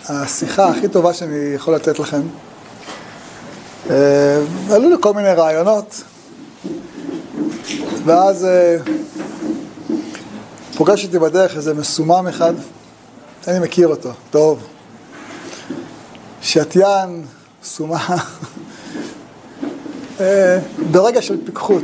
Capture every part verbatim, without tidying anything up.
השיחה הכי טובה שאני יכול לתת לכם. עלו לי כל מיני רעיונות, ואז פוגש אותי בדרך איזה מסומם אחד, אני מכיר אותו, טוב. שתיין, מסומם, ברגע של פיקחות,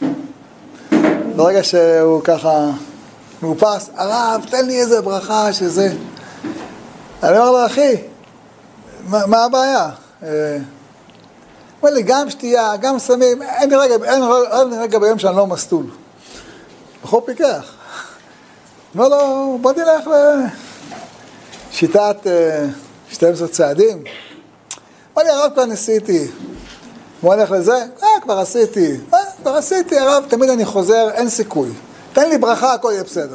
ברגע שהוא ככה מאופס, הרב, תן לי איזה ברכה שזה. אני אומר לו, אחי, מה, מה הבעיה? אומר לי, גם שתייה, גם סמים, אין לי רגע, אין, אין לי רגע ביום שאני לא מסטול. בחור פיקח. אומר לו, בוא נלך לשיטת שתים עשרה צעדים. אומר לי, הרב, כבר ניסיתי. בוא נלך לזה? אה, כבר עשיתי. אה, כבר עשיתי, הרב, תמיד אני חוזר, אין סיכוי. תן לי ברכה, הכל יהיה בסדר.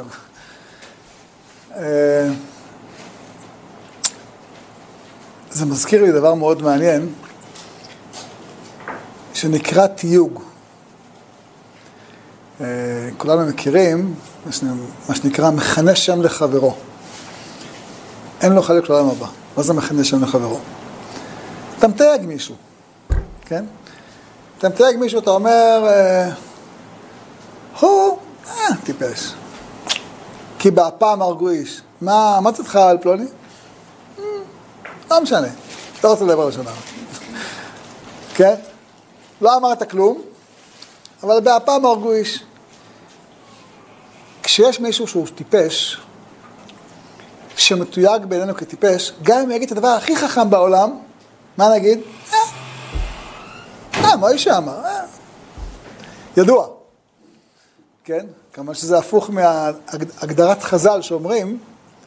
זה מזכיר לי דבר מאוד מעניין, שנקרא תיוג. כולנו מכירים, מה שנקרא מכנה שם לחברו. אין לו חלק לעולם הבא. מה זה מכנה שם לחברו? אתה מתייג מישהו, כן? אתה מתייג מישהו, אתה אומר, הוא, אה, טיפש. כי בהפעם הרגו איש. מה, מה תתך על פלוני? לא משנה, לא רוצה לדבר ראשונה. כן? לא אמרת כלום, אבל בהפעם הרגו איש. כשיש מישהו שהוא טיפש, שמתויג בינינו כטיפש, גם אם יגיד את הדבר הכי חכם בעולם, מה נגיד? אה, אה, מה אישה אמר? אה. ידוע. כן? כמובן שזה הפוך מהגדרת חז"ל שאומרים,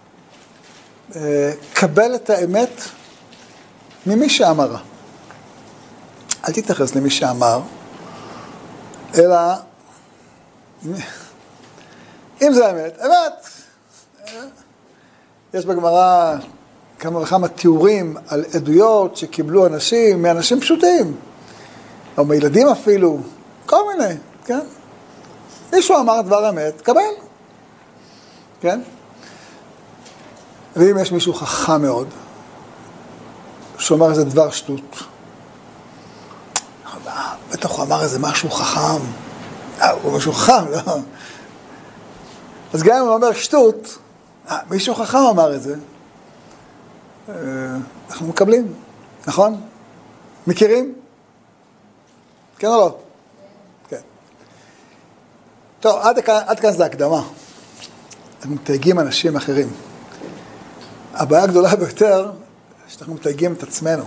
קבל את האמת ממי שאמרה. אל תתייחס למי שאמר, אלא, אם זה האמת, אמת. יש בגמרא כמה וכמה תיאורים על עדויות שקיבלו אנשים, מאנשים פשוטים, או מילדים אפילו, כל מיני, כן? מישהו אמר דבר אמת, קבל. כן? ואם יש מישהו חכם מאוד, שאומר איזה דבר שטות, בטח הוא אמר איזה משהו חכם, אה, הוא משהו חכם, לא? אז גם אם הוא אומר שטות, אה, מישהו חכם אמר את זה, אה, אנחנו מקבלים, נכון? מכירים? כן או לא? כן. טוב, עד כאן, עד כאן זה הקדמה. אנחנו מתייגים אנשים אחרים. הבעיה הגדולה ביותר, שאנחנו מתייגים את עצמנו.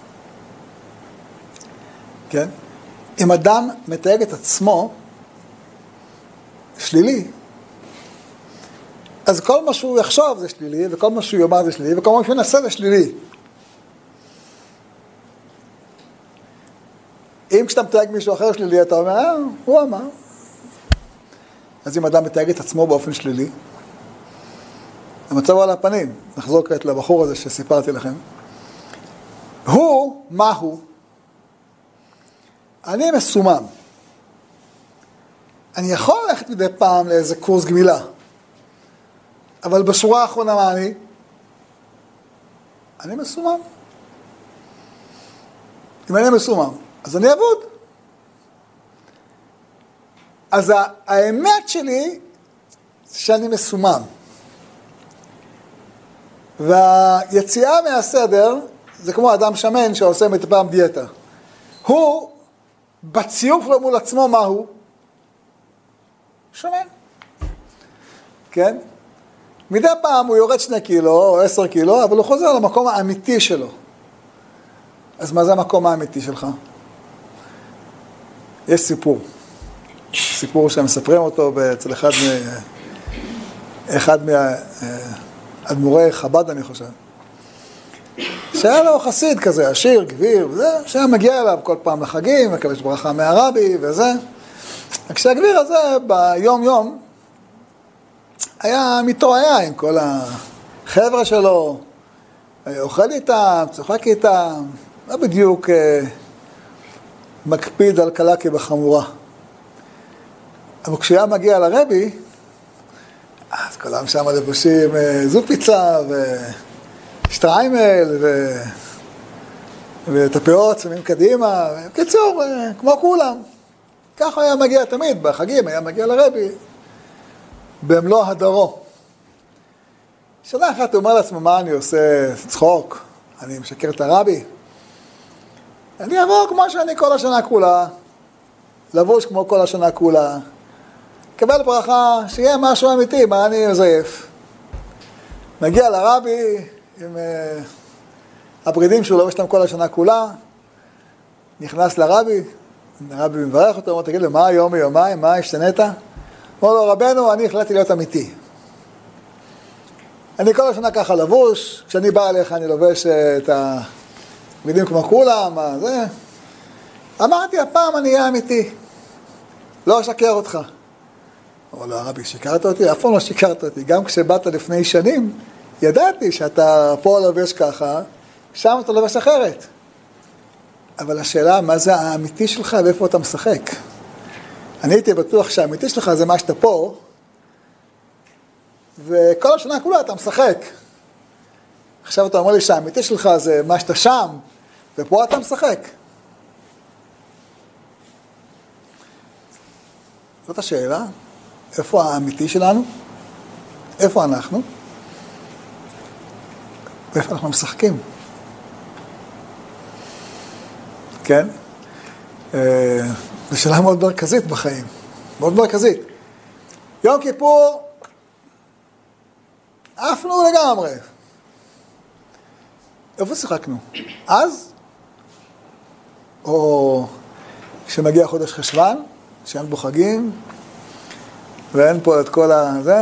כן? אם אדם מתייג את עצמו, שלילי, אז כל מה שהוא יחשוב זה שלילי, וכל מה שהוא יאמר זה שלילי, וכל מה שהוא ינסה זה שלילי. אם כשאתה מתייג מישהו אחר שלילי, אתה אומר, אה, הוא אמר. אז אם אדם מתייג את עצמו באופן שלילי, המצב הוא על הפנים. נחזור כעת לבחור הזה שסיפרתי לכם. הוא, מה הוא? אני מסומם. אני יכול ללכת מדי פעם לאיזה קורס גמילה, אבל בשורה האחרונה מה אני? אני מסומם. אם אני מסומם, אז אני אבוד. אז האמת שלי זה שאני מסומם. והיציאה מהסדר זה כמו אדם שמן שעושה מדי פעם דיאטה. הוא, בציוף לו מול עצמו, מה הוא? שמן. כן? מדי פעם הוא יורד שני קילו או עשר קילו, אבל הוא חוזר למקום האמיתי שלו. אז מה זה המקום האמיתי שלך? יש סיפור. סיפור שמספרים אותו אצל אחד מ... אחד מאדמו"רי חב"ד, אני חושב. שהיה לו חסיד כזה, עשיר, גביר, וזה, שהיה מגיע אליו כל פעם לחגים, מקבש ברכה מהרבי וזה. כשהגביר הזה ביום יום היה מתרועע עם כל החבר'ה שלו, אוכל איתם, צוחק איתם, לא בדיוק אה, מקפיד על קלה כבחמורה. אבל כשהיה מגיע לרבי, אז כולם שם לבושים אה, זופיצה שטריימל ו... ואת הפאות שמים קדימה, בקיצור, כמו כולם. ככה היה מגיע תמיד, בחגים היה מגיע לרבי, במלוא הדרו. שנה אחת הוא אומר לעצמו, מה אני עושה צחוק? אני משקר את הרבי? אני אעבור כמו שאני כל השנה כולה, לבוש כמו כל השנה כולה, קבל ברכה, שיהיה משהו אמיתי, מה אני מזייף. מגיע לרבי עם uh, הברידים שהוא לובש אותם כל השנה כולה, נכנס לרבי, הרבי מברך אותו, אומר, תגיד לו, מה היום ויומיים, מה השתנית? אומר לו, רבנו, אני החלטתי להיות אמיתי. אני כל השנה ככה לבוש, כשאני בא אליך אני לובש את הבגדים כמו כולם, מה זה. אמרתי, הפעם אני אהיה אמיתי, לא אשקר אותך. אמר לו, הרבי, שיקרת אותי? אף פעם לא שיקרת אותי. גם כשבאת לפני שנים, ידעתי שאתה פה לובש ככה, שם אתה לובש אחרת. אבל השאלה, מה זה האמיתי שלך ואיפה אתה משחק? אני הייתי בטוח שהאמיתי שלך זה מה שאתה פה, וכל השנה כולה אתה משחק. עכשיו אתה אומר לי שהאמיתי שלך זה מה שאתה שם, ופה אתה משחק. זאת השאלה, איפה האמיתי שלנו? איפה אנחנו? ואיפה אנחנו משחקים? כן? זו שאלה מאוד מרכזית בחיים, מאוד מרכזית. יום כיפור, עפנו לגמרי. איפה שיחקנו? אז? או כשמגיע חודש חשוון, שאין בו חגים, ואין פה את כל הזה,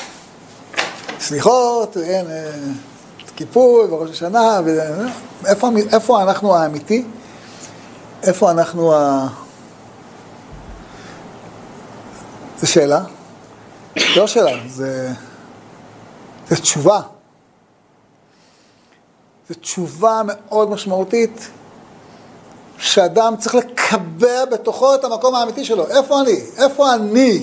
סליחות, אין את כיפור וראש השנה, איפה, איפה אנחנו האמיתי? איפה אנחנו ה... זו שאלה. לא שאלה, זה... זו תשובה. זו תשובה מאוד משמעותית, שאדם צריך לקבע בתוכו את המקום האמיתי שלו. איפה אני? איפה אני?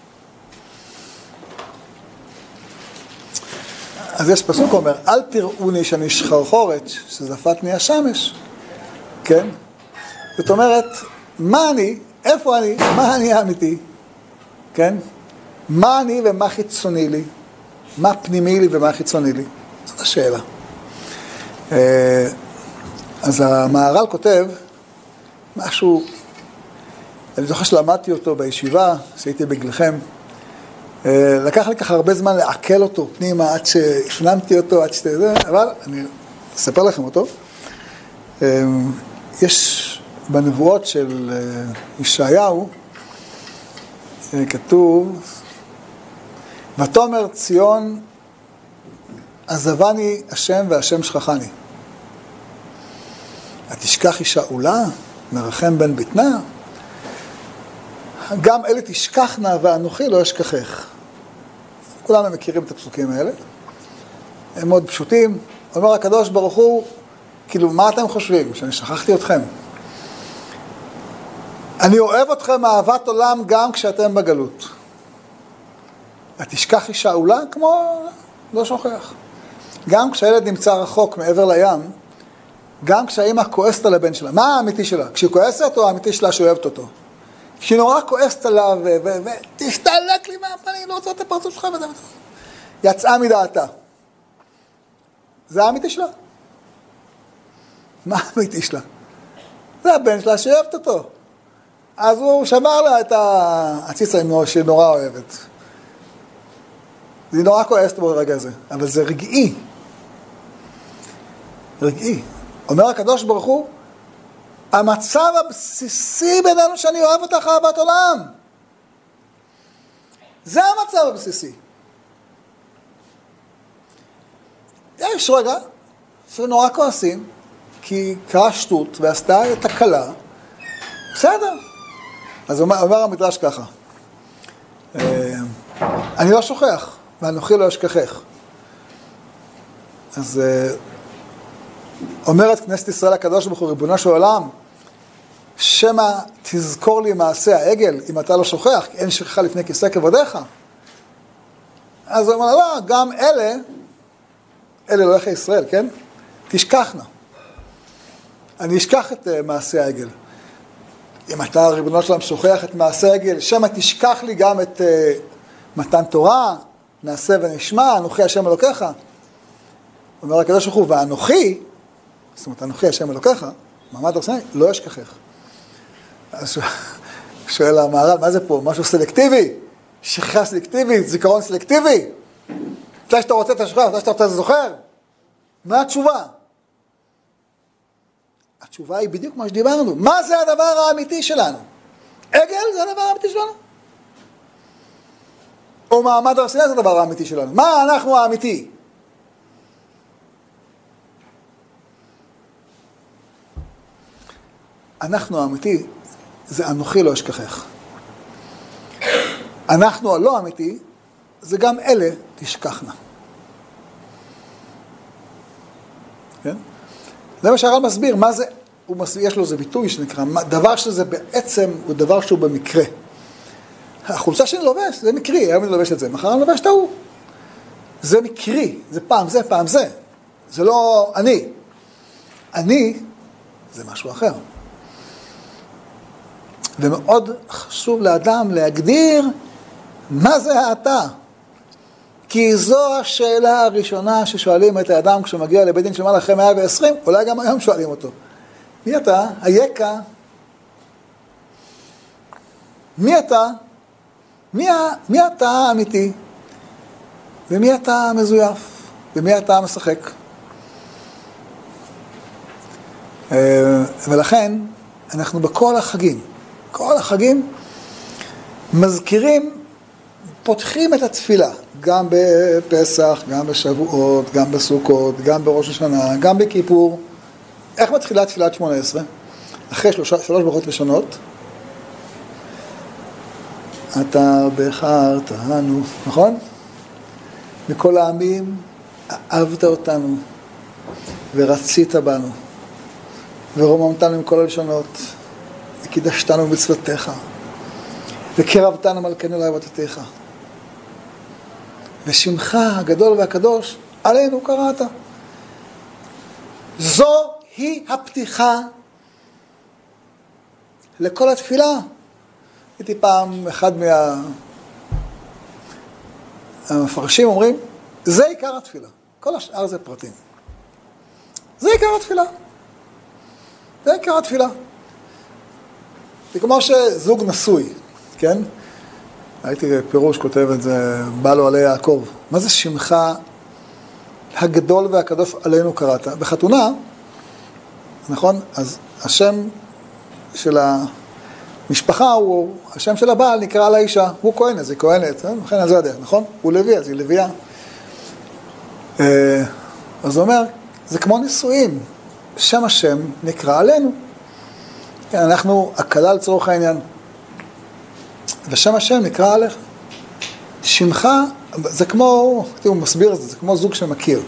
אז יש פסוק אומר, אל תראוני שאני שחרחורת, שזפתני השמש. כן? זאת אומרת, מה אני? איפה אני? מה אני האמיתי? כן? מה אני ומה חיצוני לי? מה פנימי לי ומה חיצוני לי? זאת השאלה. אז המהר"ל כותב משהו, אני זוכר שלמדתי אותו בישיבה, שהייתי בגלכם, לקח לי ככה הרבה זמן לעכל אותו פנימה עד שהפנמתי אותו, עד שזה, אבל אני אספר לכם אותו. יש בנבואות של ישעיהו, כתוב, ותאמר ציון עזבני השם והשם שכחני. התשכח אישה עולה, מרחם בן בטנה, גם אלה תשכחנה ואנוכי לא אשכחך. כולנו מכירים את הפסוקים האלה, הם מאוד פשוטים. אומר הקדוש ברוך הוא, כאילו מה אתם חושבים? שאני שכחתי אתכם? אני אוהב אתכם אהבת עולם גם כשאתם בגלות. התשכח אישה עולה כמו לא שוכח. גם כשהילד נמצא רחוק מעבר לים, גם כשהאמא כועסת על הבן שלה, מה האמיתי שלה? כשהיא כועסת או האמיתי שלה שאוהבת אותו? כשהיא נורא כועסת עליו ותסתלק לי מהפנים, לא רוצה את הפרצוף שלך וזה וזה. יצאה מדעתה. זה האמיתי שלה. מה האמיתי שלה? זה הבן שלה שאוהבת אותו. אז הוא שמר לה את הציצה שהיא נורא אוהבת. היא נורא כועסת ברגע הזה, אבל זה רגעי. רגעי. אומר הקדוש ברוך הוא, המצב הבסיסי בינינו שאני אוהב אותך אהבת עולם. זה המצב הבסיסי. יש רגע שנורא כועסים, כי קרה שטות ועשתה את הקלה. בסדר. אז אומר, אומר המדרש ככה, אני לא שוכח, ואנוכי לא אשכחך. אז אומרת כנסת ישראל הקדוש ברוך הוא, ריבונו של עולם, שמא תזכור לי מעשה העגל, אם אתה לא שוכח, כי אין שכחה לפני כיסא כבודיך. אז הוא אומר, לא, גם אלה, אלה אלוהיך ישראל, כן? תשכחנה. אני אשכח את uh, מעשה העגל. אם אתה ריבונו שלם שוכח את מעשה העגל, שמה תשכח לי גם את uh, מתן תורה, נעשה ונשמע, אנוכי השם אלוקיך. אומר הקדוש ברוך הוא, ואנוכי, זאת אומרת, אנוכי השם אלוקיך, מעמד הר סיני, לא אשכחך. אז שואל המהר"ל, מה זה פה? משהו סלקטיבי? שכחה סלקטיבית, זיכרון סלקטיבי? מתי שאתה רוצה אתה שוכח, מתי שאתה רוצה אתה זוכר? מה התשובה? התשובה היא בדיוק מה שדיברנו. מה זה הדבר האמיתי שלנו? עגל זה הדבר האמיתי שלנו? או מעמד הר סיני זה הדבר האמיתי שלנו? מה אנחנו האמיתי? אנחנו האמיתי זה אנוכי לא אשכחך. אנחנו הלא אמיתי זה גם אלה תשכחנה. כן? זה מה שהר"ל מסביר, מה זה, הוא מסביר, יש לו איזה ביטוי שנקרא, דבר שזה בעצם הוא דבר שהוא במקרה. החולצה שאני לובש, זה מקרי, היום אני לובש את זה, מחר אני לובש את ההוא. זה מקרי, זה פעם זה, פעם זה. זה לא אני. אני זה משהו אחר. ומאוד חשוב לאדם להגדיר מה זה האתה. כי זו השאלה הראשונה ששואלים את האדם כשהוא מגיע לבית דין של מעלה אחרי מאה ועשרים, אולי גם היום שואלים אותו. מי אתה? היקה. מי אתה? מי, מי אתה האמיתי? ומי אתה המזויף? ומי אתה המשחק? ולכן אנחנו בכל החגים, כל החגים מזכירים, פותחים את התפילה, גם בפסח, גם בשבועות, גם בסוכות, גם בראש השנה, גם בכיפור. איך מתחילה תפילת שמונה עשרה? אחרי שלוש, שלוש ברכות ראשונות. אתה בחרתנו, נכון? מכל העמים אהבת אותנו ורצית בנו ורוממתנו עם כל הלשונות וקידשתנו במצוותיך וקרבתנו מלכנו לעבודתך ושמך הגדול והקדוש עלינו קראת. זו היא הפתיחה לכל התפילה. הייתי פעם אחד מהמפרשים אומרים, זה עיקר התפילה. כל השאר זה פרטים. זה עיקר התפילה. זה עיקר התפילה. זה כמו שזוג נשוי, כן? הייתי פירוש כותב את זה, בא לו עלי יעקב. מה זה שמך הגדול והקדוש עלינו קראת? בחתונה, נכון? אז השם של המשפחה הוא, השם של הבעל נקרא על האישה. הוא כהן, אז היא כהנת, לכן על זה הדרך, נכון? הוא לוי, אז היא לוויה. אז הוא אומר, זה כמו נישואים. שם השם נקרא עלינו. אנחנו הכלה לצורך העניין. ושם השם נקרא עליך. שמך, זה כמו, הוא מסביר את זה, זה כמו זוג שמכיר.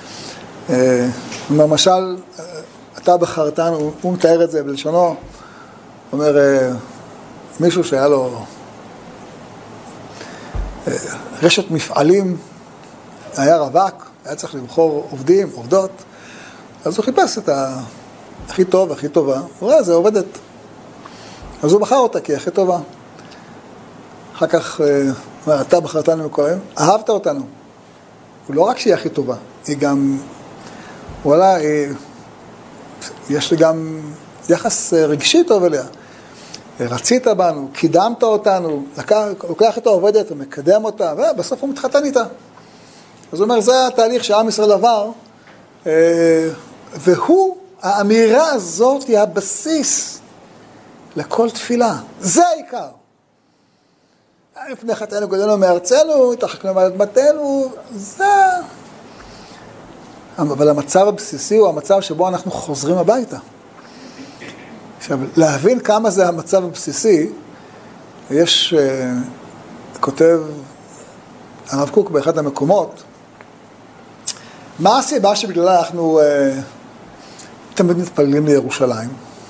למשל, אתה בחרתן, הוא מתאר את זה בלשונו, הוא אומר, מישהו שהיה לו רשת מפעלים, היה רווק, היה צריך לבחור עובדים, עובדות, אז הוא חיפש את הכי טוב, הכי טובה, הוא ראה, זה עובדת. אז הוא בחר אותה כי היא הכי טובה. אחר כך, אתה בחרתנו מכהן, אהבת אותנו. הוא לא רק שהיא הכי טובה, היא גם, וואלה, היא, יש לי גם יחס רגשי טוב אליה. רצית בנו, קידמת אותנו, לוקח איתה עובדת ומקדם אותה, ובסוף הוא מתחתן איתה. אז הוא אומר, זה התהליך שעם ישראל עבר, והוא, האמירה הזאת היא הבסיס לכל תפילה. זה העיקר. לפני חטאנו גדלנו מארצנו, התרחקנו מאדמתנו, זה... אבל המצב הבסיסי הוא המצב שבו אנחנו חוזרים הביתה. עכשיו, להבין כמה זה המצב הבסיסי, יש, uh, כותב הרב קוק באחד המקומות, מה הסיבה שבגללה אנחנו uh, תמיד מתפללים לירושלים?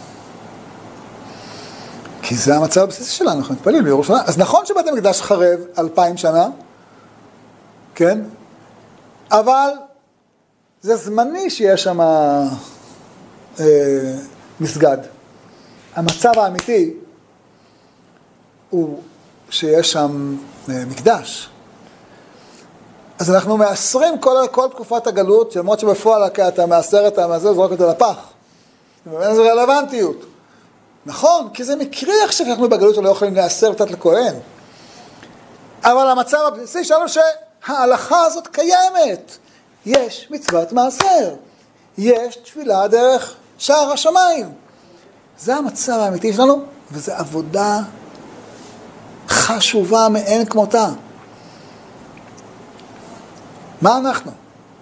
כי זה המצב הבסיסי שלנו, אנחנו מתפללים לירושלים. אז נכון שבית המקדש חרב אלפיים שנה, כן? אבל זה זמני שיש שם אה, מסגד. המצב האמיתי הוא שיש שם אה, מקדש. אז אנחנו מאסרים כל, כל תקופת הגלות, למרות שבפועל אתה מאסר את המאסר, זורק אותו לפח. ואין זה רלוונטיות. נכון, כי זה מקרי עכשיו שאנחנו בגלות שלא יכולים לאסר קצת לכהן. אבל המצב הבסיסי שלנו שההלכה הזאת קיימת. יש מצוות מעשר. יש תפילה דרך שער השמיים. זה המצב האמיתי שלנו, וזו עבודה חשובה מאין כמותה. מה אנחנו?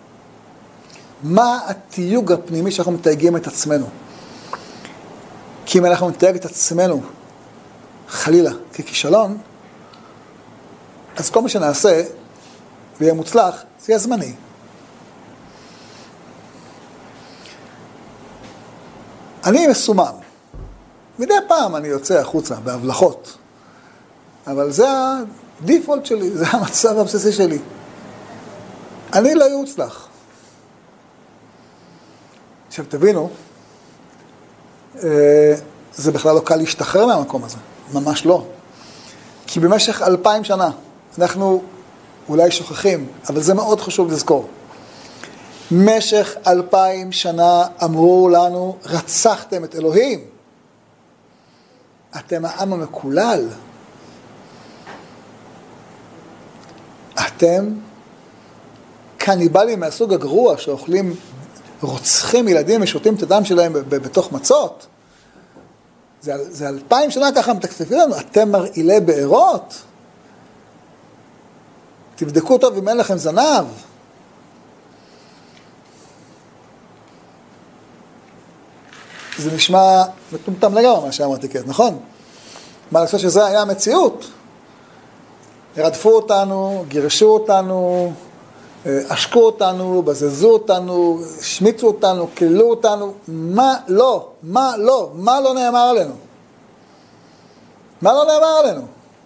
מה התיוג הפנימי שאנחנו מתייגים את עצמנו? כי אם אנחנו נתייג את עצמנו, חלילה, ככישלון, אז כל מה שנעשה, ויהיה מוצלח, זה יהיה זמני. אני מסומם. מדי פעם אני יוצא החוצה, בהבלחות. אבל זה הדיפולט שלי, זה המצב הבסיסי שלי. אני לא יוצלח. עכשיו תבינו, זה בכלל לא קל להשתחרר מהמקום הזה. ממש לא. כי במשך אלפיים שנה, אנחנו אולי שוכחים, אבל זה מאוד חשוב לזכור. משך אלפיים שנה אמרו לנו, רצחתם את אלוהים. אתם העם המקולל. אתם קניבלים מהסוג הגרוע שאוכלים, רוצחים ילדים ושותים את הדם שלהם בתוך מצות. זה, זה אלפיים שנה ככה מתקצפים לנו, אתם מרעילי בארות. תבדקו טוב אם אין לכם זנב. זה נשמע מטומטם לגמרי מה שאמרתי כעת, נכון? מה לעשות שזה היה המציאות? הרדפו אותנו, גירשו אותנו, עשקו אותנו, בזזו אותנו, שמיצו אותנו, קללו אותנו. מה לא? מה לא? מה לא נאמר עלינו? מה לא נאמר עלינו?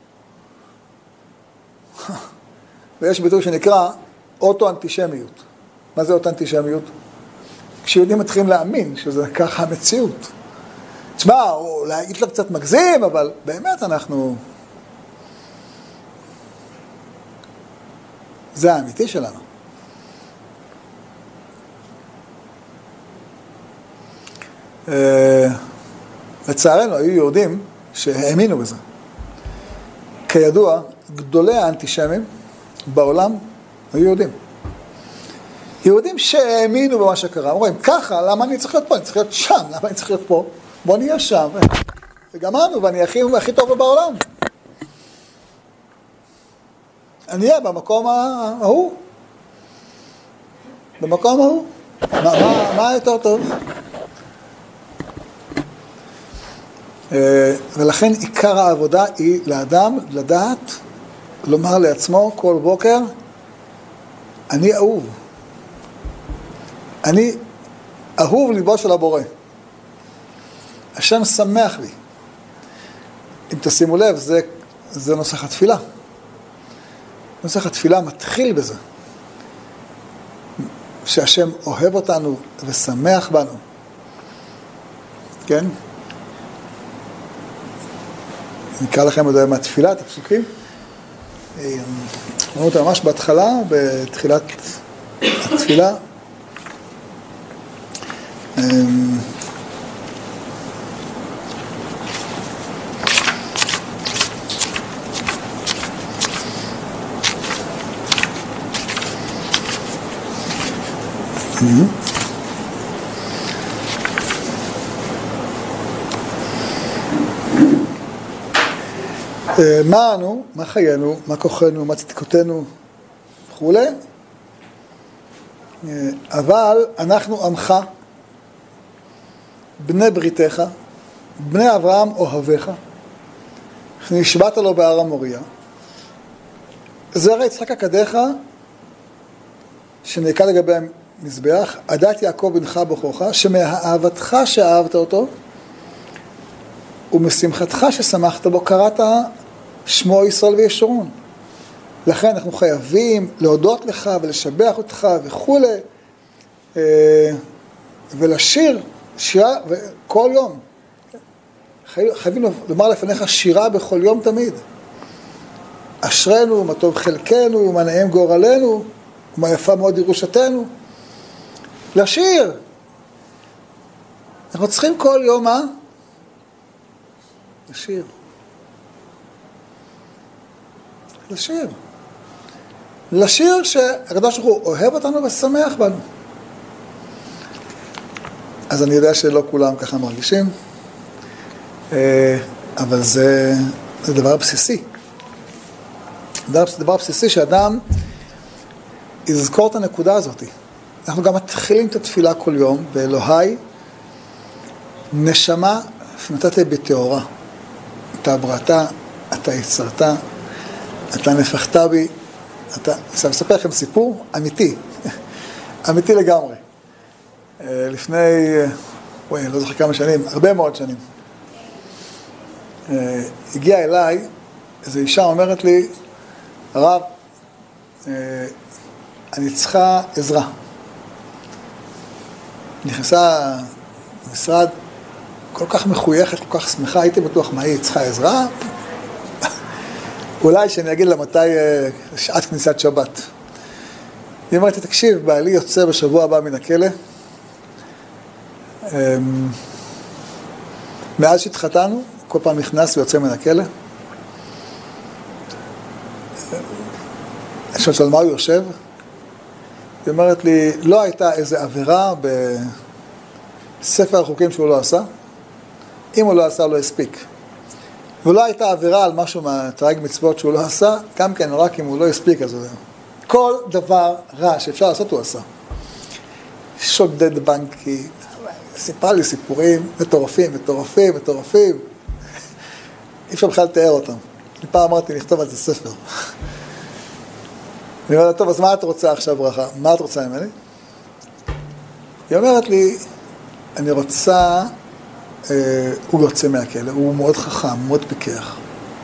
ויש ביטוי שנקרא אוטו-אנטישמיות. מה זה אוטו-אנטישמיות? כשיהודים מתחילים להאמין שזה ככה המציאות. תשמע, אולי היטלר קצת מגזים, אבל באמת אנחנו... זה האמיתי שלנו. לצערנו, היו יהודים שהאמינו בזה. כידוע, גדולי האנטישמים בעולם היו יהודים. יהודים שהאמינו במה שקרה, אומרים, ככה, למה אני צריך להיות פה? אני צריך להיות שם, למה אני צריך להיות פה? בוא נהיה שם. וגמרנו, ואני הכי, הכי טוב בעולם. אני אהיה במקום ההוא. במקום ההוא. מה, מה, מה יותר טוב? ולכן עיקר העבודה היא לאדם לדעת, לומר לעצמו כל בוקר, אני אהוב. אני אהוב ליבו של הבורא. השם שמח לי. אם תשימו לב, זה, זה נוסח התפילה. נוסח התפילה מתחיל בזה. שהשם אוהב אותנו ושמח בנו. כן? נקרא לכם עוד מהתפילה, את הפסוקים. נראו אותה ממש בהתחלה, בתחילת התפילה. מה אנו, מה חיינו, מה כוחנו, מה צדקותינו וכו'. אבל אנחנו עמך, בני בריתך, בני אברהם אוהביך, נשבעת לו בהר המוריה. זרע יצחק עקדיך, שנעקד לגבי המזבח, עדת יעקב בנך בכורך, שמאהבתך שאהבת אותו, ומשמחתך ששמחת בו, קראת שמו ישראל וישורון. לכן אנחנו חייבים להודות לך ולשבח אותך וכו'. ולשיר, שירה כל יום. חייבים לומר לפניך שירה בכל יום תמיד. אשרנו, מה טוב חלקנו, מה נעים גורלנו, ומה יפה מאוד ירושתנו. לשיר. אנחנו צריכים כל יום, מה? לשיר. לשיר. לשיר שהקדוש ברוך הוא אוהב אותנו ושמח בנו. אז אני יודע שלא כולם ככה מרגישים, אבל זה, זה דבר בסיסי. דבר, דבר בסיסי שאדם יזכור את הנקודה הזאת. אנחנו גם מתחילים את התפילה כל יום באלוהי, נשמה נתת לי בתאורה. אתה בראתה, אתה יצרת, אתה נפחת בי. אתה, אני אספר לכם סיפור אמיתי, אמיתי לגמרי. לפני, וואי, לא זוכר כמה שנים, הרבה מאוד שנים. הגיעה אליי, איזו אישה אומרת לי, הרב, אני צריכה עזרה. נכנסה למשרד כל כך מחויכת, כל כך שמחה, הייתי בטוח מה היא צריכה עזרה. אולי שאני אגיד לה מתי שעת כניסת שבת. היא אומרת לי, תקשיב, בעלי יוצא בשבוע הבא מן הכלא. מאז שהתחתנו, כל פעם נכנס ויוצא מן הכלא. אני שואלת על מה הוא יושב? היא אומרת לי, לא הייתה איזו עבירה בספר החוקים שהוא לא עשה. אם הוא לא עשה, לא הספיק. ולא הייתה עבירה על משהו מהתרי"ג מצוות שהוא לא עשה, גם כן, רק אם הוא לא הספיק, אז הוא... כל דבר רע שאפשר לעשות הוא עשה. שודד בנקי, סיפרה לי סיפורים מטורפים, מטורפים, מטורפים. אי אפשר בכלל לתאר אותם. אני פעם אמרתי, נכתוב על זה ספר. אני אומרת, טוב, אז מה את רוצה עכשיו ברכה? מה את רוצה ממני? היא אומרת לי, אני רוצה... הוא יוצא מהכלא, הוא מאוד חכם, מאוד פיקח.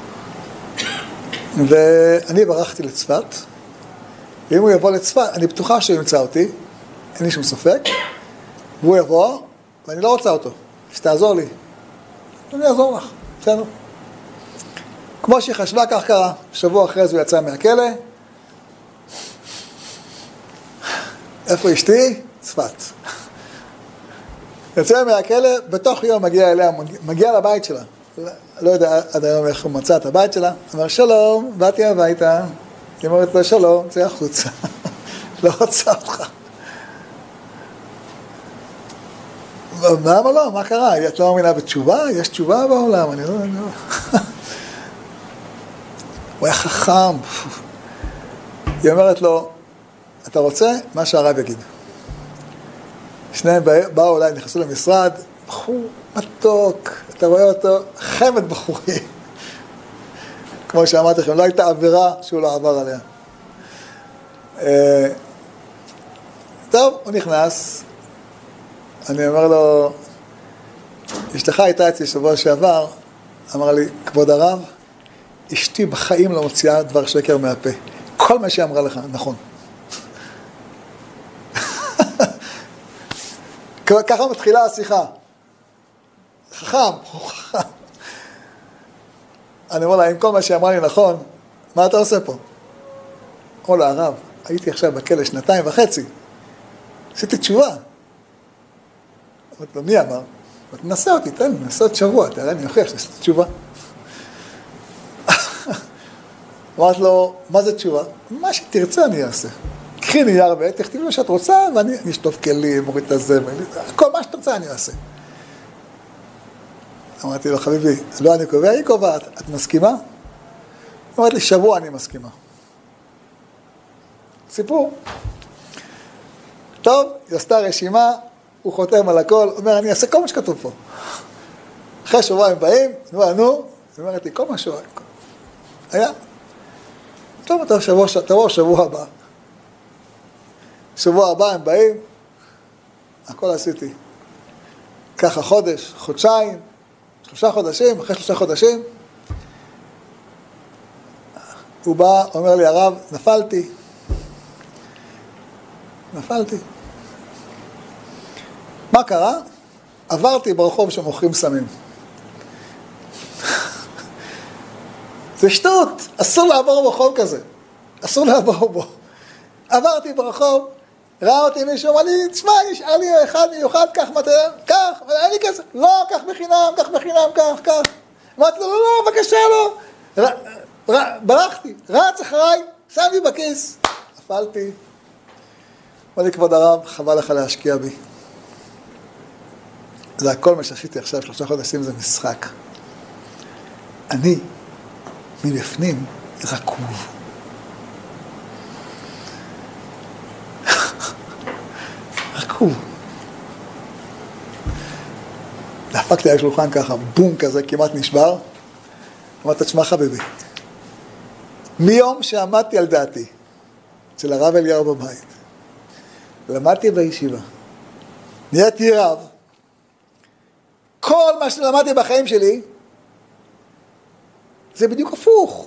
ואני ברחתי לצפת, ואם הוא יבוא לצפת, אני בטוחה שהוא ימצא אותי, אין לי שום ספק, והוא יבוא, ואני לא רוצה אותו, שתעזור לי. אני אעזור לך, בסדר. כמו שהיא חשבה, כך קרה. שבוע אחרי זה הוא יצא מהכלא. איפה אשתי? צפת. יוצא מהכלא, בתוך יום מגיע אליה, מגיע לבית שלה. לא יודע עד היום איך הוא מצא את הבית שלה. אמר, שלום, באתי הביתה. היא אומרת לו, שלום, צא החוצה. לא רוצה אותך. מה אמר לו? מה קרה? את לא מאמינה בתשובה? יש תשובה בעולם? אני לא... הוא היה חכם. היא אומרת לו, אתה רוצה? מה שהרב יגיד. שניהם באו אולי, נכנסו למשרד, בחור מתוק, אתה רואה אותו, חמד בחורי. כמו שאמרתי לכם, לא הייתה עבירה שהוא לא עבר עליה. טוב, הוא נכנס, אני אומר לו, אשתך הייתה אצלי שבוע שעבר, אמר לי, כבוד הרב, אשתי בחיים לא מוציאה דבר שקר מהפה. כל מה שהיא אמרה לך, נכון. ככה מתחילה השיחה. חכם, הוא חכם. אני אומר לה, אם כל מה שאמרה לי נכון, מה אתה עושה פה? אומר לה, הרב, הייתי עכשיו בכלא שנתיים וחצי. עשיתי תשובה. אמרת לו, מי אמר? תנסה אותי, תן לי, נסה עוד שבוע, תראה, אני אוכיח שעשיתי תשובה. אמרת לו, מה זה תשובה? מה שתרצה אני אעשה. קחי נייר ועט, תכתיבי מה שאת רוצה, ואני אשטוף כלים, מוריד את הזבל, כל מה שתרצה אני אעשה. אמרתי לו, חביבי, לא אני קובע, היא קובעת, את מסכימה? אמרתי לי, שבוע אני מסכימה. סיפור. טוב, היא עשתה רשימה, הוא חותם על הכל, אומר, אני אעשה כל מה שכתוב פה. אחרי שבוע הם באים, נו, נו, היא אומרת לי, כל מה שהוא היה. טוב, אתה תבוא שבוע הבא. שבוע הבא הם באים, הכל עשיתי. ככה חודש, חודשיים, שלושה חודשים, אחרי שלושה חודשים, הוא בא, אומר לי, הרב, נפלתי. נפלתי. מה קרה? עברתי ברחוב שמוכרים סמים. זה שטות, אסור לעבור ברחוב כזה. אסור לעבור בו. עברתי ברחוב, ראה אותי מישהו, אמר לי, תשמע, נשאר לי אחד מיוחד, קח מתנה, קח, אין לי כסף. לא, קח בחינם, קח בחינם, קח, קח. אמרתי לו, לא, לא, בבקשה, לא. ר, ר, ברחתי, רץ אחריי, שם לי בכיס, נפלתי. אמר לי, כבוד הרב, חבל לך להשקיע בי. זה הכל מה שעשיתי עכשיו, שלושה חודשים זה משחק. אני, מבפנים, רקוב. רקוב. דפקתי על השולחן ככה, בום כזה, כמעט נשבר. אמרת, תשמע חביבי, מיום שעמדתי על דעתי, אצל הרב אליהו בבית, למדתי בישיבה, נהייתי רב, כל מה שלמדתי בחיים שלי, זה בדיוק הפוך.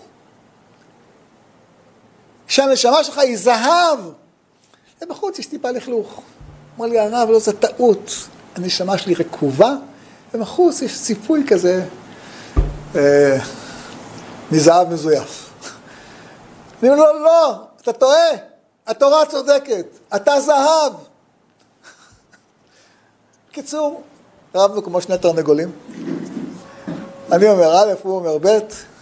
שהנשמה שלך היא זהב. ובחוץ יש טיפה לכלוך. אמר לי, הרב, לא, זה טעות. הנשמה שלי רקובה, ובחוץ יש ציפוי כזה, אה, מזהב מזויף. אני אומר, לא, לא, אתה טועה. התורה צודקת. אתה זהב. קיצור, רבנו כמו שני תרנגולים. אני אומר א', הוא אומר ב',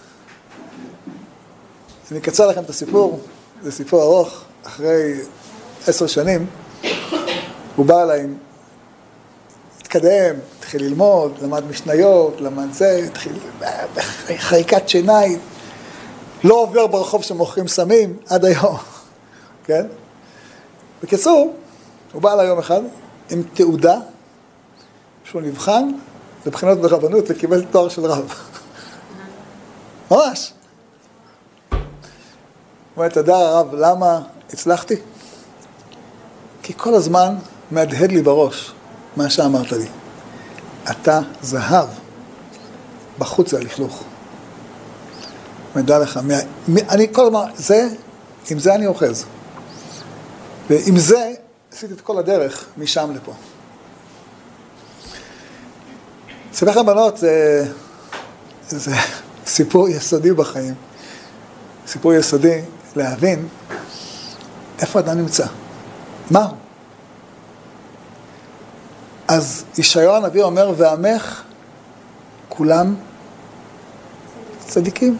אני אקצר לכם את הסיפור, זה סיפור ארוך, אחרי עשר שנים, הוא בא אליי, התקדם, התחיל ללמוד, למד משניות, למד זה, התחיל בחריקת שיניים, לא עובר ברחוב שמוכרים סמים עד היום, כן? בקיצור, הוא בא אליי יום אחד עם תעודה, שהוא נבחן לבחינות ברבנות וקיבל תואר של רב. ממש. הוא אומר, אתה יודע הרב, למה הצלחתי? כי כל הזמן מהדהד לי בראש מה שאמרת לי. אתה זהב, בחוץ זה הלכלוך. מדע לך, אני כל הזמן, זה, עם זה אני אוחז. ועם זה עשיתי את כל הדרך משם לפה. ספר הבנות זה, זה סיפור יסודי בחיים. סיפור יסודי להבין איפה אדם נמצא. מה הוא? אז ישעיהו הנביא אומר, ועמך כולם צדיקים.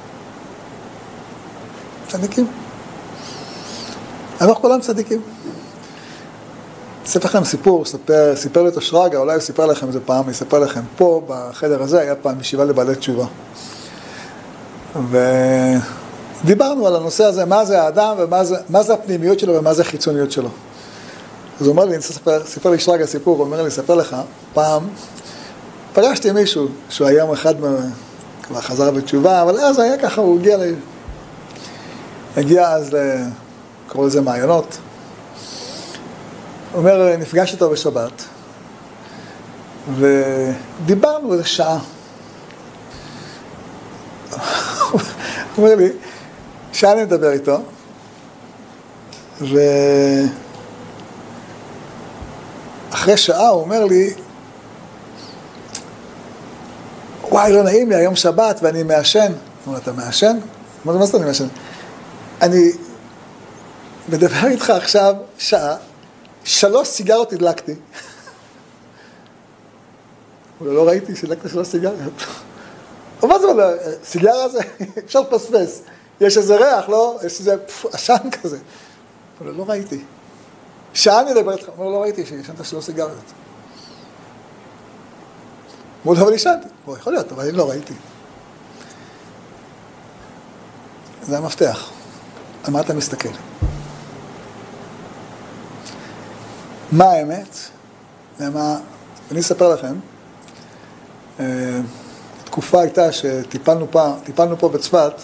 צדיקים. עמך כולם צדיקים. אספר לכם סיפור, סיפר, סיפר לי את השרגא, אולי הוא סיפר לכם איזה פעם, אני אספר לכם פה, בחדר הזה, היה פעם ישיבה לבעלי תשובה. ודיברנו על הנושא הזה, מה זה האדם, ומה זה, מה זה הפנימיות שלו, ומה זה החיצוניות שלו. אז הוא אומר לי, אני אספר, סיפר לי שרגא סיפור, הוא אומר לי, אספר לך, פעם, פגשתי מישהו, שהוא היום אחד, כבר חזר בתשובה, אבל אז היה ככה, הוא הגיע ל... הגיע אז, קראו לזה מעיינות, הוא אומר, נפגש איתו בשבת, ודיברנו איזה שעה. הוא אומר לי, שעה אני מדבר איתו, ואחרי שעה הוא אומר לי, וואי, לא נעים לי, היום שבת ואני מעשן. הוא אומר, אתה מעשן? מה זה, מה זה אני מעשן? אני מדבר איתך עכשיו שעה, שלוש סיגרות הדלקתי. אבל לא ראיתי שהדלקת שלוש סיגרות. אבל מה זה אומר, סיגרה זה, אפשר לפספס. יש איזה ריח, לא? יש איזה עשן כזה. אבל לא ראיתי. שעה אני מדבר איתך, אבל לא ראיתי שישנת שלוש סיגרות. אמרו לו, אבל ישנתי. בוא, יכול להיות, אבל אני לא ראיתי. זה המפתח. על מה אתה מסתכל? מה האמת? ומה... אני אספר לכם, תקופה הייתה שטיפלנו פה, טיפלנו פה בצפת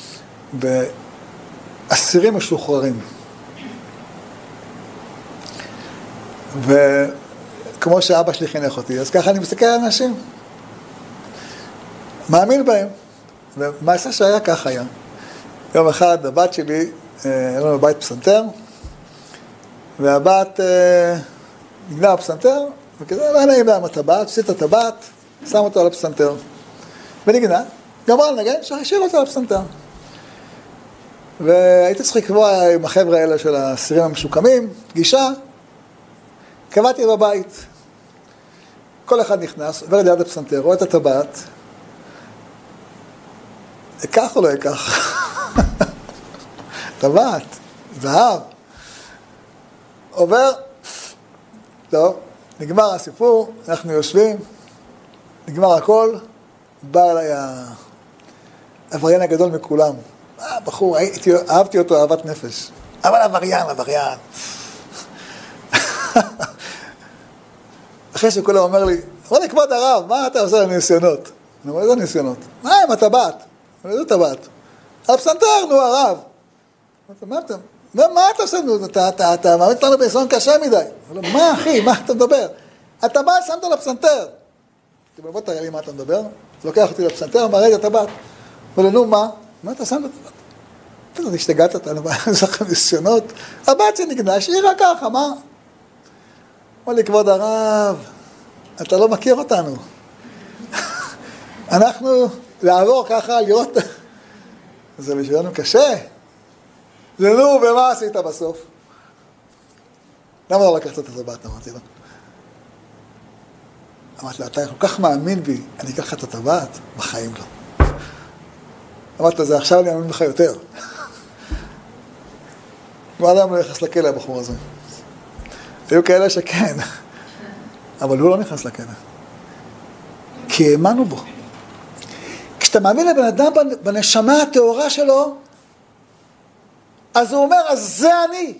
באסירים משוחררים. וכמו שאבא שלי חינך אותי, אז ככה אני מסתכל על אנשים. מאמין בהם. ומעשה שהיה ככה היה. יום אחד הבת שלי, היה לנו בבית פסנתר, והבת נגנה בפסנתר, וכזה, לא נעים להם הטבעת, עשית את הטבעת, שם אותו על הפסנתר. ונגנה, גמר לנגן, שהשאיר אותו על הפסנתר. והייתי צריך לקבוע עם החבר'ה האלה של הסירים המשוקמים, פגישה, קבעתי בבית. כל אחד נכנס, עובר ליד הפסנתר, רואה את הטבעת, אקח או לא אקח? טבעת, זהב. עובר, טוב, נגמר הסיפור, אנחנו יושבים, נגמר הכל, בא אליי העבריין הגדול מכולם. אה, בחור, הייתי, אהבתי אותו אהבת נפש. אבל עבריין, עבריין. אחרי שכולם אומר לי, אומר לי, כבוד הרב, מה אתה עושה לניסיונות? אני אומר, איזה ניסיונות? מה עם הטבעת? איזה טבעת? הפסנתר, נו, הרב. מה אתה, מה אתה עושה? אתה מעמיד אותנו ביסון קשה מדי. מה, אחי, מה אתה מדבר? הטבעת שמת לפסנתר. בוא תראה לי מה אתה מדבר. לוקח אותי לפסנתר, מראה לי הטבעת. אומר לו, נו, מה? מה אתה שם לטבעת? אתה השתגעת אותנו, יש לכם ניסיונות? הבת שנגנה, שהיא רק ככה, מה? אומר לי, כבוד הרב, אתה לא מכיר אותנו. אנחנו לעבור ככה, לראות... זה בשבילנו קשה. זה נו, ומה עשית בסוף? למה לא לקחת את הטבעת? אמרתי לו. אמרתי לו, אתה כל כך מאמין בי, אני אקח את הטבעת? בחיים לא. אמרתי לו, זה עכשיו אני מאמין בך יותר. הוא אדם לא נכנס לכלא, הבחור הזה. היו כאלה שכן, אבל הוא לא נכנס לכלא. כי האמנו בו. כשאתה מאמין לבן אדם בנשמה התאורה שלו, אז הוא אומר, אז זה אני.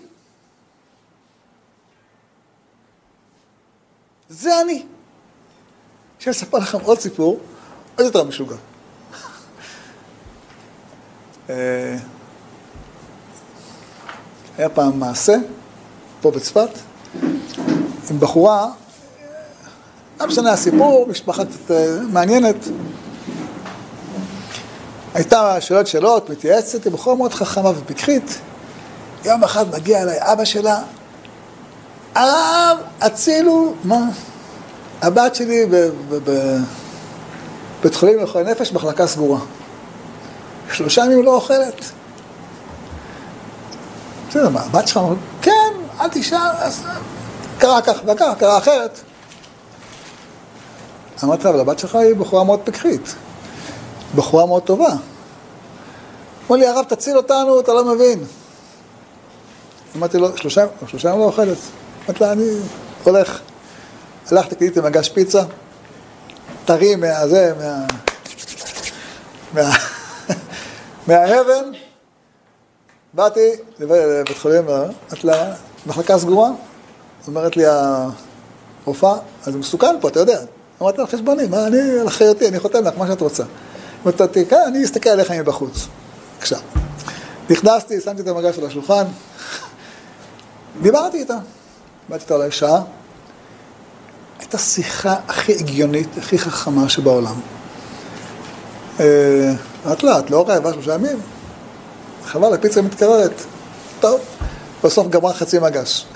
זה אני. שאני אספר לכם עוד סיפור, עוד יותר משוגע. היה פעם מעשה, פה בצפת, עם בחורה, לא משנה הסיפור, משפחה קצת מעניינת. הייתה שואלת שאלות, מתייעצת, היא בחורה מאוד חכמה ופיקחית. יום אחד מגיע אליי אבא שלה, הרב, הצילו, מה? הבת שלי בבית חולים לחולי נפש, מחלקה סגורה. שלושה ימים לא אוכלת. בסדר, מה, הבת שלך אומרת, כן, אל תשאר, אז קרה כך וכך, קרה אחרת. אמרתי לה, אבל הבת שלך היא בחורה מאוד פיקחית. בחורה מאוד טובה. אמר לי, הרב, תציל אותנו, אתה לא מבין. אמרתי לו, שלושה, שלושה ימים לא אוכלת. אמרתי לה, אני הולך. הלכתי, קניתי מגש פיצה, טרי מהזה, מה... מה... מההבן. באתי לבית חולים, אמרתי לה, מחלקה סגורה. אומרת לי הרופאה, אז זה מסוכן פה, אתה יודע. אמרתי לה, חשבוני, מה, אני על חייתי, אני חותם לך, מה שאת רוצה. אמרתי, כן, אני אסתכל עליך מבחוץ. בבקשה. נכנסתי, שמתי את המגש על השולחן, דיברתי איתה. באתי איתה אולי שעה. הייתה שיחה הכי הגיונית, הכי חכמה שבעולם. אמרת לה, את לא רעבה שלושה ימים? חבל, הפיצה מתקררת. טוב, בסוף גמר חצי מגש.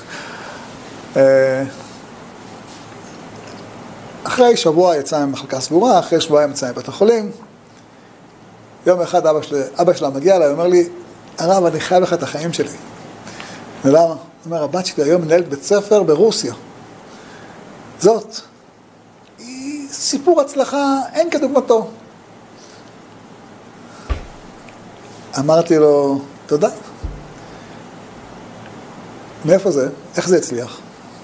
אחרי שבוע יצא ממחלקה סגורה, אחרי שבועיים יצא מבית החולים. יום אחד אבא שלה, אבא שלה מגיע אליי, אומר לי, הרב, אני חייב לך את החיים שלי. ולמה? הוא אומר, הבת שלי היום מנהלת בית ספר ברוסיה. זאת. היא סיפור הצלחה, אין כדוגמתו. אמרתי לו, תודה. מאיפה זה? איך זה הצליח?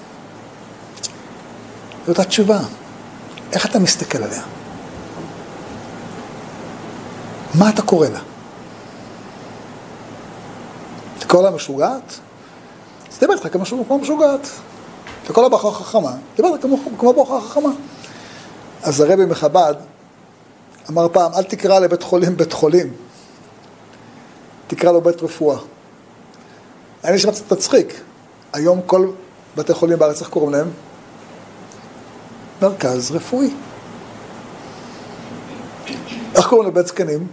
זאת התשובה. איך אתה מסתכל עליה? מה אתה קורא לה? תקרא לה משוגעת? אז תדבר לך כמו משוגעת. תקרא לה בחורה חכמה, תדבר לך כמו בחורה חכמה. אז הרבי מחב"ד אמר פעם, אל תקרא לבית חולים בית חולים. תקרא לו בית רפואה. אני נשמע קצת תצחיק. היום כל בתי חולים בארץ, איך קוראים להם? מרכז רפואי. איך קוראים לבית זקנים?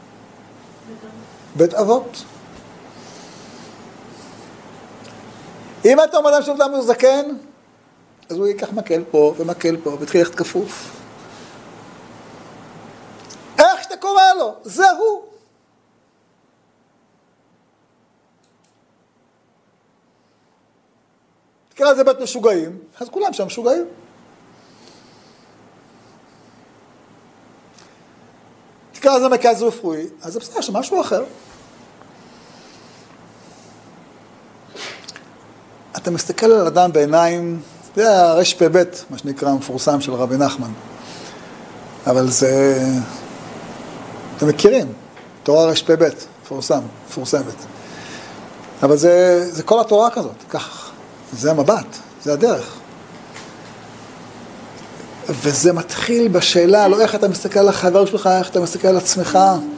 בית אבות. אם אתה אומר להם שאתה מזקן, אז הוא ייקח מקל פה ומקל פה, והתחיל ללכת כפוף. איך שאתה קורא לו, זה הוא. תקרא לזה בית משוגעים, אז כולם שם משוגעים. תקרא לזה מרכז רפואי, אז זה בסדר, שמשהו אחר. אתה מסתכל על אדם בעיניים, זה הרש פי בית, מה שנקרא המפורסם של רבי נחמן. אבל זה, אתם מכירים, תורה רש פי בית, מפורסם, מפורסמת. אבל זה, זה כל התורה כזאת, כך, זה המבט, זה הדרך. וזה מתחיל בשאלה, לא איך אתה מסתכל על החבר שלך, איך אתה מסתכל על עצמך.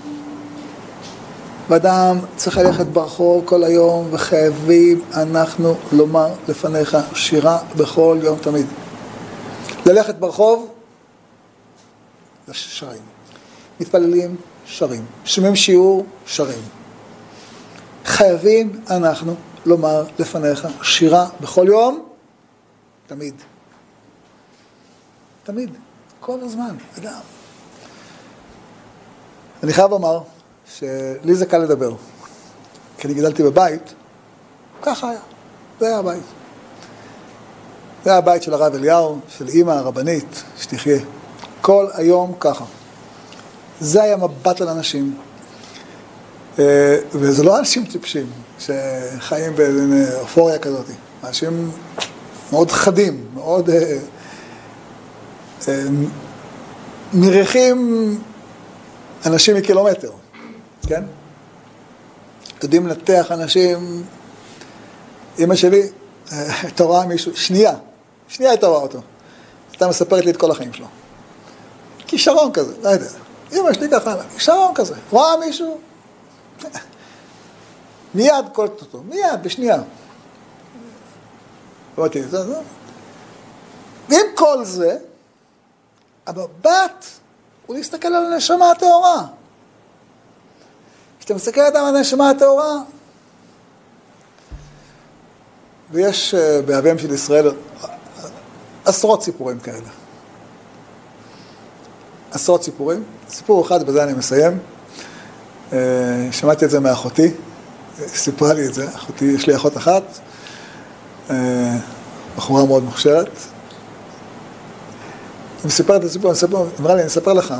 ואדם צריך ללכת ברחוב כל היום, וחייבים אנחנו לומר לפניך שירה בכל יום תמיד. ללכת ברחוב, שרים. מתפללים, שרים. שומעים שיעור, שרים. חייבים אנחנו לומר לפניך שירה בכל יום, תמיד. תמיד, כל הזמן, אדם. אני חייב לומר שלי זה קל לדבר. כי אני גדלתי בבית, ככה היה. זה היה הבית. זה היה הבית של הרב אליהו, של אמא הרבנית, שתחיה. כל היום ככה. זה היה מבט על אנשים. וזה לא אנשים טיפשים, שחיים באופוריה כזאת. אנשים מאוד חדים, מאוד מריחים אנשים מקילומטר, כן? יודעים לנתח אנשים. אמא שלי, אתה רואה מישהו, שנייה, שנייה הייתה רואה אותו. אתה מספרת לי את כל החיים שלו. כישרון כזה, לא יודע. אמא שלי ככה, כישרון כזה. רואה מישהו, מיד קולט אותו, מיד, בשנייה. אמרתי, זה, זה. ועם כל זה, המבט הוא להסתכל על הנשמה הטהורה. כשאתה מסתכל על הנשמה הטהורה, ויש באביהם של ישראל עשרות סיפורים כאלה. עשרות סיפורים. סיפור אחד, בזה אני מסיים. שמעתי את זה מאחותי, סיפרה לי את זה. אחותי, יש לי אחות אחת, בחורה מאוד מוכשרת. היא מספרת את הסיפור, היא אמרה לי, אני אספר לך.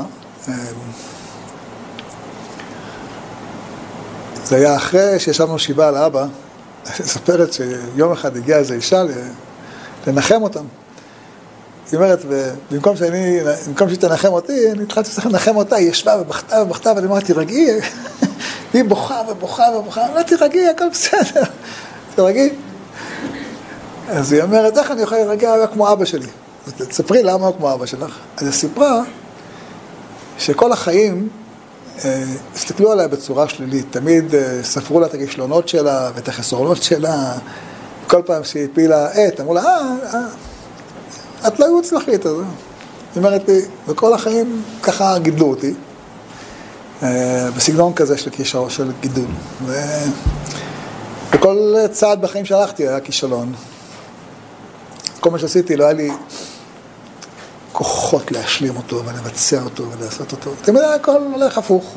זה היה אחרי שישבנו שבעה על האבא, היא מספרת שיום אחד הגיעה איזו אישה לנחם אותם. היא אומרת, במקום שאני, במקום שהיא תנחם אותי, אני התחלתי צריך לנחם אותה, היא ישבה ובכתה ובכתה, ואני אמרתי, תרגעי, והיא בוכה ובוכה ובוכה, לא תרגעי, הכל בסדר, תרגעי. אז היא אומרת, איך אני יכולה להירגע כמו אבא שלי? אז תספרי למה הוא כמו אבא שלך. אז היא סיפרה שכל החיים הסתכלו עליה בצורה שלילית, תמיד ספרו לה את הכישלונות שלה ואת החסרונות שלה, כל פעם שהיא הפילה עת, אמרו לה, אה, אה, את לא מוצלחית, אז היא אומרת לי, וכל החיים ככה גידלו אותי, בסגנון כזה של כישרון, של גידול. וכל צעד בחיים שהלכתי היה כישלון. כל מה שעשיתי לא היה לי כוחות להשלים אותו ולבצע אותו ולעשות אותו. אתם יודעים, הכל הולך הפוך.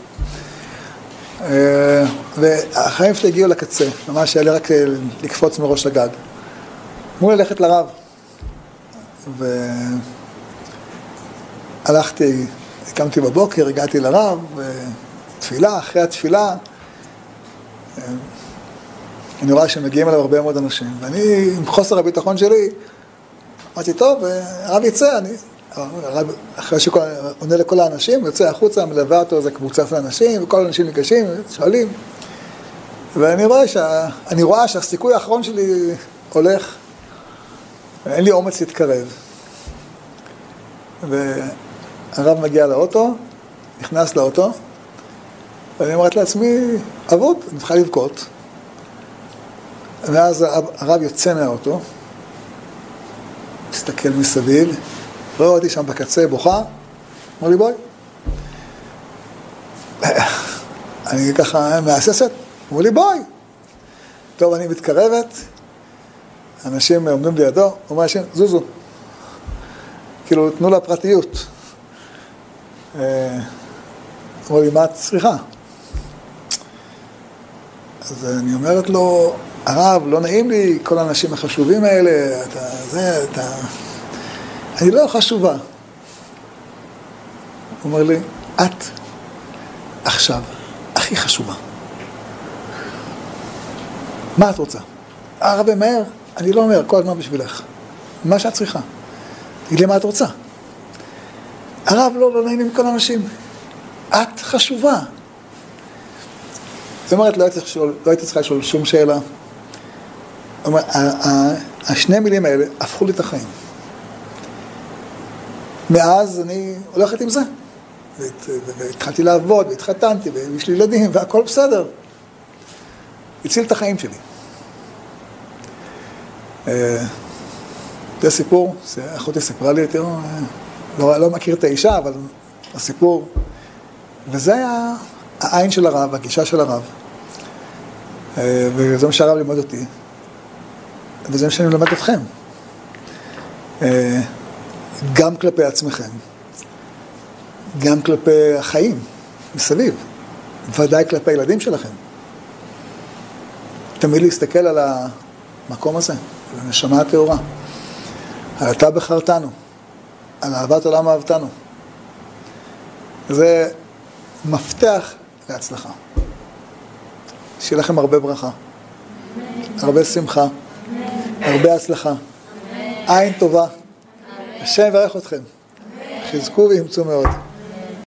והחיים שלי הגיעו לקצה, ממש היה לי רק לקפוץ מראש הגג. אמרו ללכת לרב. והלכתי, הקמתי בבוקר, הגעתי לרב, תפילה, אחרי התפילה, אני רואה שמגיעים אליו הרבה מאוד אנשים, ואני, עם חוסר הביטחון שלי, אמרתי, טוב, הרב יצא, אני, הרב, אחרי שהוא עונה לכל האנשים, יוצא החוצה, מלווה אותו איזה קבוצה של אנשים, וכל האנשים ניגשים, שואלים, ואני רואה, שה, אני רואה שהסיכוי האחרון שלי הולך, אין לי אומץ להתקרב. והרב מגיע לאוטו, נכנס לאוטו, ואני אומרת לעצמי, אבוד, אני צריכה לבכות. ואז הרב יוצא מהאוטו, מסתכל מסביב, רואה אותי שם בקצה, בוכה, אמר לי בואי. אני ככה מהססת, אמרו לי בואי. טוב, אני מתקרבת, אנשים עומדים לידו, אומר אנשים, זוזו, כאילו, תנו לה פרטיות. אמרו לי, מה את צריכה? אז אני אומרת לו, הרב, לא נעים לי, כל האנשים החשובים האלה, אתה, זה, אתה... אני לא חשובה. הוא אומר לי, את עכשיו הכי חשובה. מה את רוצה? הרב, מהר, אני לא אומר, כל הזמן בשבילך. מה שאת צריכה. תגיד לי מה את רוצה. הרב, לא, לא נעים עם כל האנשים. את חשובה. זאת אומרת, לא הייתי, שואל, לא הייתי צריכה לשאול שום שאלה. זאת אומרת, השני מילים האלה הפכו לי את החיים. מאז אני הולכת עם זה. והתחלתי לעבוד, והתחתנתי, ויש לי ילדים, והכל בסדר. הציל את החיים שלי. זה סיפור, אחותי סיפרה לי יותר, לא, לא מכיר את האישה, אבל הסיפור, וזה היה העין של הרב, הגישה של הרב, וזה מה שהרב לימד אותי, וזה מה שאני מלמד אתכם, גם כלפי עצמכם, גם כלפי החיים מסביב, ודאי כלפי הילדים שלכם. תמיד להסתכל על המקום הזה, על הנשמה הטהורה, על אתה בחרתנו, על אהבת עולם אהבתנו. זה מפתח להצלחה. שיהיה לכם הרבה ברכה, הרבה שמחה, הרבה הצלחה, עין טובה. השם יברך אתכם. חזקו וימצאו מאוד.